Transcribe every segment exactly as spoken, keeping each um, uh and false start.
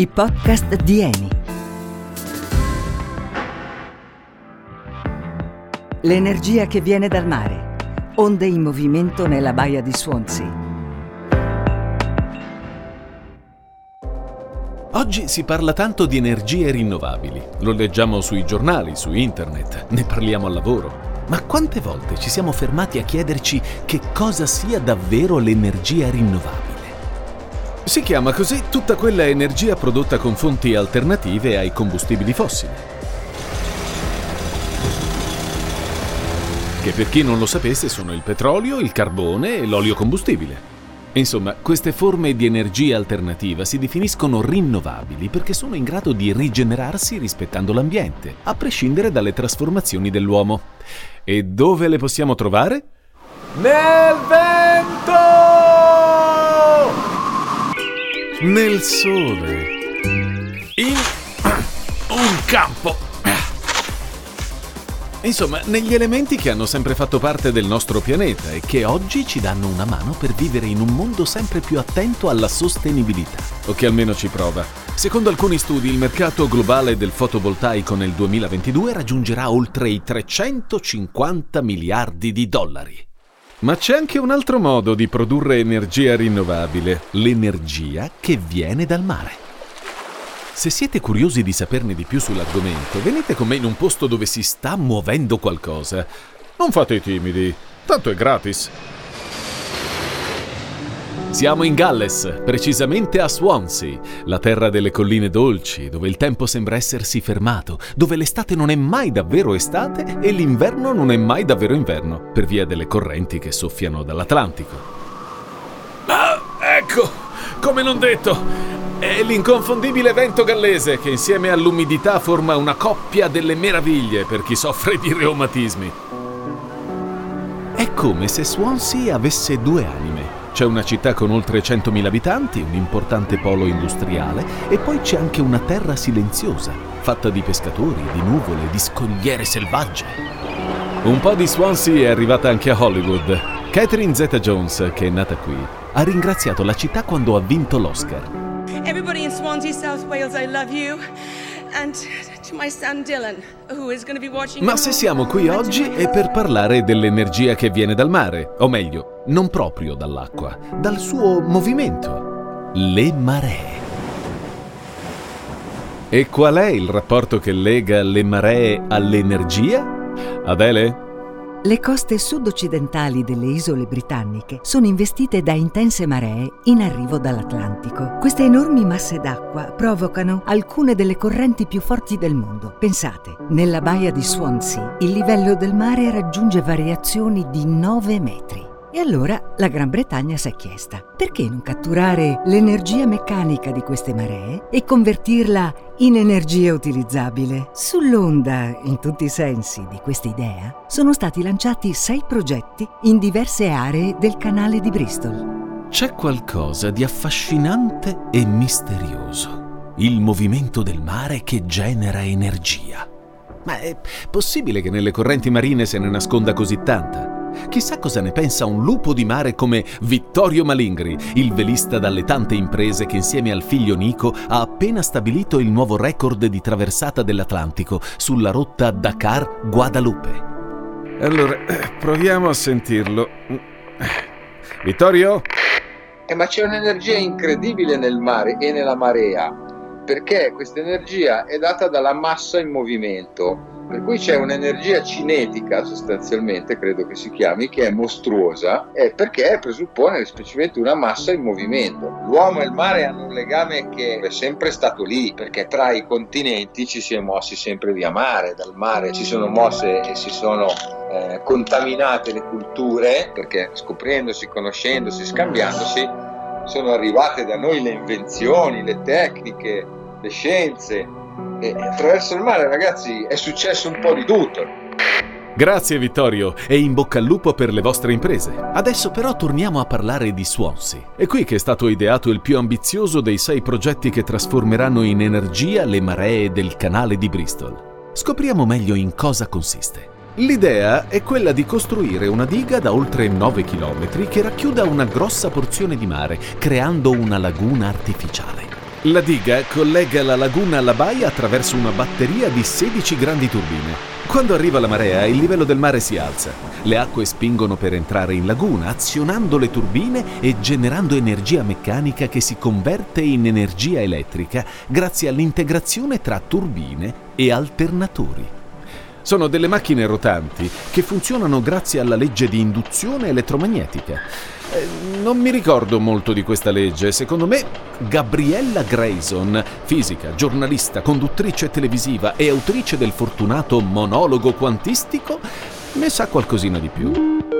i podcast di Eni. L'energia che viene dal mare. Onde in movimento nella baia di Swansea. Oggi si parla tanto di energie rinnovabili. Lo leggiamo sui giornali, su internet, ne parliamo al lavoro. Ma quante volte ci siamo fermati a chiederci che cosa sia davvero l'energia rinnovabile? Si chiama così tutta quella energia prodotta con fonti alternative ai combustibili fossili. Che per chi non lo sapesse sono il petrolio, il carbone e l'olio combustibile. Insomma, queste forme di energia alternativa si definiscono rinnovabili perché sono in grado di rigenerarsi rispettando l'ambiente, a prescindere dalle trasformazioni dell'uomo. E dove le possiamo trovare? Nel vento! Nel sole. In un campo. Insomma, negli elementi che hanno sempre fatto parte del nostro pianeta e che oggi ci danno una mano per vivere in un mondo sempre più attento alla sostenibilità, o che almeno ci prova. Secondo alcuni studi, il mercato globale del fotovoltaico nel duemilaventidue raggiungerà oltre i trecentocinquanta miliardi di dollari. Ma c'è anche un altro modo di produrre energia rinnovabile, l'energia che viene dal mare. Se siete curiosi di saperne di più sull'argomento, venite con me in un posto dove si sta muovendo qualcosa. Non fate i timidi, tanto è gratis. Siamo in Galles, precisamente a Swansea, la terra delle colline dolci, dove il tempo sembra essersi fermato, dove l'estate non è mai davvero estate e l'inverno non è mai davvero inverno, per via delle correnti che soffiano dall'Atlantico. Ah, ecco, come non detto! È l'inconfondibile vento gallese che insieme all'umidità forma una coppia delle meraviglie per chi soffre di reumatismi. È come se Swansea avesse due anime. C'è una città con oltre centomila abitanti, un importante polo industriale e poi c'è anche una terra silenziosa, fatta di pescatori, di nuvole, di scogliere selvagge. Un po' di Swansea è arrivata anche a Hollywood. Catherine Zeta-Jones, che è nata qui, ha ringraziato la città quando ha vinto l'Oscar. Everybody in Swansea, South Wales, I love you. And to my son Dylan, who is going to be watching. Ma se siamo qui oggi è per parlare dell'energia che viene dal mare, o meglio, non proprio dall'acqua, dal suo movimento, le maree. E qual è il rapporto che lega le maree all'energia? Adele? Le coste sud-occidentali delle isole britanniche sono investite da intense maree in arrivo dall'Atlantico. Queste enormi masse d'acqua provocano alcune delle correnti più forti del mondo. Pensate, nella baia di Swansea il livello del mare raggiunge variazioni di nove metri. E allora la Gran Bretagna si è chiesta: perché non catturare l'energia meccanica di queste maree e convertirla in energia utilizzabile? Sull'onda, in tutti i sensi, di questa idea, sono stati lanciati sei progetti in diverse aree del canale di Bristol. C'è qualcosa di affascinante e misterioso. Il movimento del mare che genera energia. Ma è possibile che nelle correnti marine se ne nasconda così tanta? Chissà cosa ne pensa un lupo di mare come Vittorio Malingri, il velista dalle tante imprese che insieme al figlio Nico ha appena stabilito il nuovo record di traversata dell'Atlantico sulla rotta Dakar-Guadalupe. Allora, proviamo a sentirlo. Vittorio? Eh, ma c'è un'energia incredibile nel mare e nella marea, perché questa energia è data dalla massa in movimento. Per cui c'è un'energia cinetica, sostanzialmente, credo che si chiami, che è mostruosa, eh, perché presuppone semplicemente una massa in movimento. L'uomo e il mare hanno un legame che è sempre stato lì, perché tra i continenti ci si è mossi sempre via mare, dal mare ci sono mosse e si sono eh, contaminate le culture, perché scoprendosi, conoscendosi, scambiandosi, sono arrivate da noi le invenzioni, le tecniche, le scienze. E attraverso il mare, ragazzi, è successo un po' di tutto. Grazie Vittorio e in bocca al lupo per le vostre imprese. Adesso però torniamo a parlare di Swansea. È qui che è stato ideato il più ambizioso dei sei progetti che trasformeranno in energia le maree del canale di Bristol. Scopriamo meglio in cosa consiste. L'idea è quella di costruire una diga da oltre nove chilometri che racchiuda una grossa porzione di mare, creando una laguna artificiale. La diga collega la laguna alla baia attraverso una batteria di sedici grandi turbine. Quando arriva la marea, il livello del mare si alza. Le acque spingono per entrare in laguna, azionando le turbine e generando energia meccanica che si converte in energia elettrica grazie all'integrazione tra turbine e alternatori. Sono delle macchine rotanti che funzionano grazie alla legge di induzione elettromagnetica. Eh, non mi ricordo molto di questa legge. Secondo me Gabriella Grayson, fisica, giornalista, conduttrice televisiva e autrice del fortunato monologo quantistico, ne sa qualcosina di più.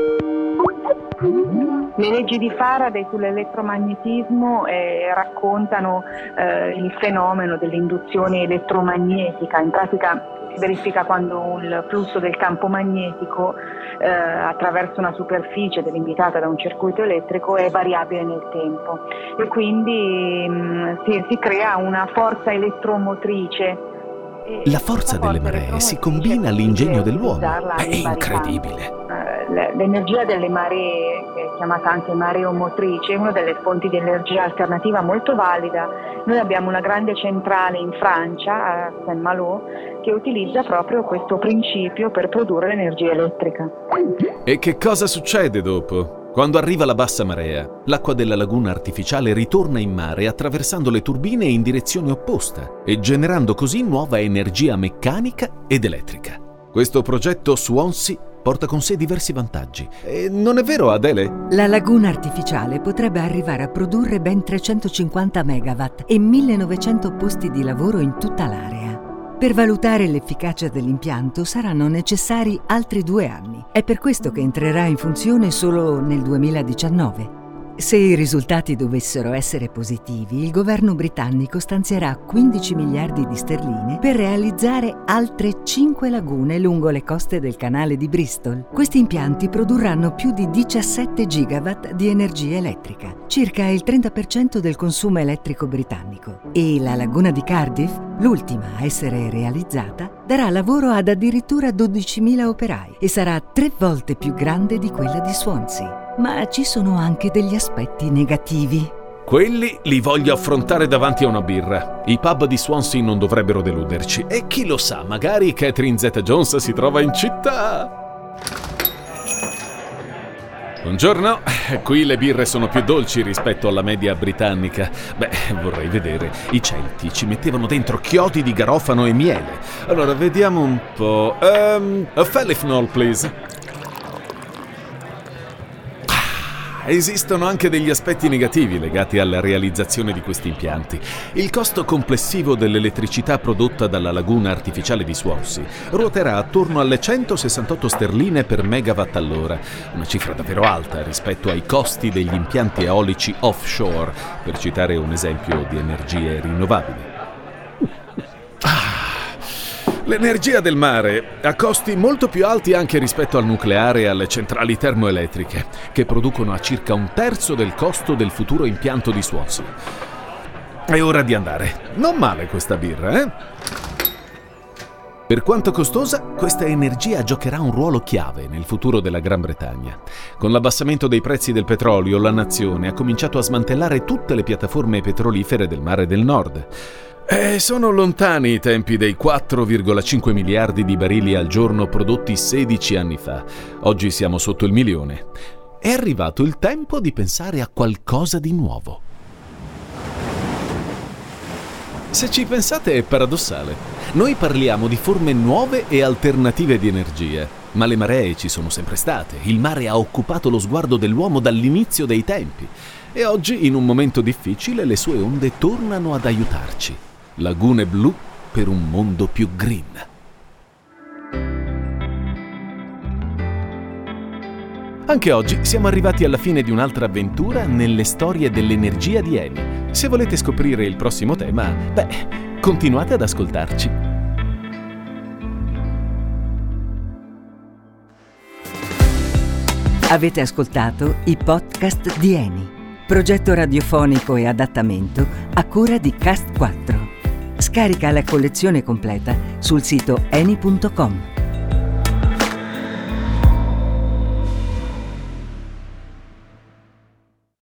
Le leggi di Faraday sull'elettromagnetismo eh, raccontano eh, il fenomeno dell'induzione elettromagnetica. In pratica si verifica quando il flusso del campo magnetico eh, attraverso una superficie delimitata da un circuito elettrico è variabile nel tempo e quindi mh, si, si crea una forza elettromotrice. La forza delle maree si combina all'ingegno dell'uomo. È incredibile. L'energia delle maree, che è chiamata anche mareomotrice, è una delle fonti di energia alternativa molto valida. Noi abbiamo una grande centrale in Francia, a Saint-Malo, che utilizza proprio questo principio per produrre l'energia elettrica. E che cosa succede dopo? Quando arriva la bassa marea, l'acqua della laguna artificiale ritorna in mare attraversando le turbine in direzione opposta e generando così nuova energia meccanica ed elettrica. Questo progetto Swansea porta con sé diversi vantaggi. E non è vero, Adele? La laguna artificiale potrebbe arrivare a produrre ben trecentocinquanta megawatt e millenovecento posti di lavoro in tutta l'area. Per valutare l'efficacia dell'impianto saranno necessari altri due anni. È per questo che entrerà in funzione solo nel duemiladiciannove. Se i risultati dovessero essere positivi, il governo britannico stanzierà quindici miliardi di sterline per realizzare altre cinque lagune lungo le coste del canale di Bristol. Questi impianti produrranno più di diciassette gigawatt di energia elettrica, circa il trenta per cento del consumo elettrico britannico. E la laguna di Cardiff, l'ultima a essere realizzata, darà lavoro ad addirittura dodicimila operai e sarà tre volte più grande di quella di Swansea. Ma ci sono anche degli aspetti negativi. Quelli li voglio affrontare davanti a una birra. I pub di Swansea non dovrebbero deluderci. E chi lo sa, magari Catherine Zeta-Jones si trova in città. Buongiorno, qui le birre sono più dolci rispetto alla media britannica. Beh, vorrei vedere. I Celti ci mettevano dentro chiodi di garofano e miele. Allora, vediamo un po'. Um, a Felifnol, please. Esistono anche degli aspetti negativi legati alla realizzazione di questi impianti. Il costo complessivo dell'elettricità prodotta dalla laguna artificiale di Swansea ruoterà attorno alle centosessantotto sterline per megawatt all'ora, una cifra davvero alta rispetto ai costi degli impianti eolici offshore, per citare un esempio di energie rinnovabili. L'energia del mare ha costi molto più alti anche rispetto al nucleare e alle centrali termoelettriche, che producono a circa un terzo del costo del futuro impianto di Swansea. È ora di andare. Non male questa birra, eh? Per quanto costosa, questa energia giocherà un ruolo chiave nel futuro della Gran Bretagna. Con l'abbassamento dei prezzi del petrolio, la nazione ha cominciato a smantellare tutte le piattaforme petrolifere del Mare del Nord. E sono lontani i tempi dei quattro virgola cinque miliardi di barili al giorno prodotti sedici anni fa. Oggi siamo sotto il milione. È arrivato il tempo di pensare a qualcosa di nuovo. Se ci pensate è paradossale. Noi parliamo di forme nuove e alternative di energia, ma le maree ci sono sempre state. Il mare ha occupato lo sguardo dell'uomo dall'inizio dei tempi. E oggi, in un momento difficile, le sue onde tornano ad aiutarci. Lagune blu per un mondo più green. Anche oggi siamo arrivati alla fine di un'altra avventura nelle storie dell'energia di Eni. Se volete scoprire il prossimo tema, beh, continuate ad ascoltarci. Avete ascoltato i podcast di Eni, progetto radiofonico e adattamento a cura di Cast quattro. Scarica la collezione completa sul sito eni punto com.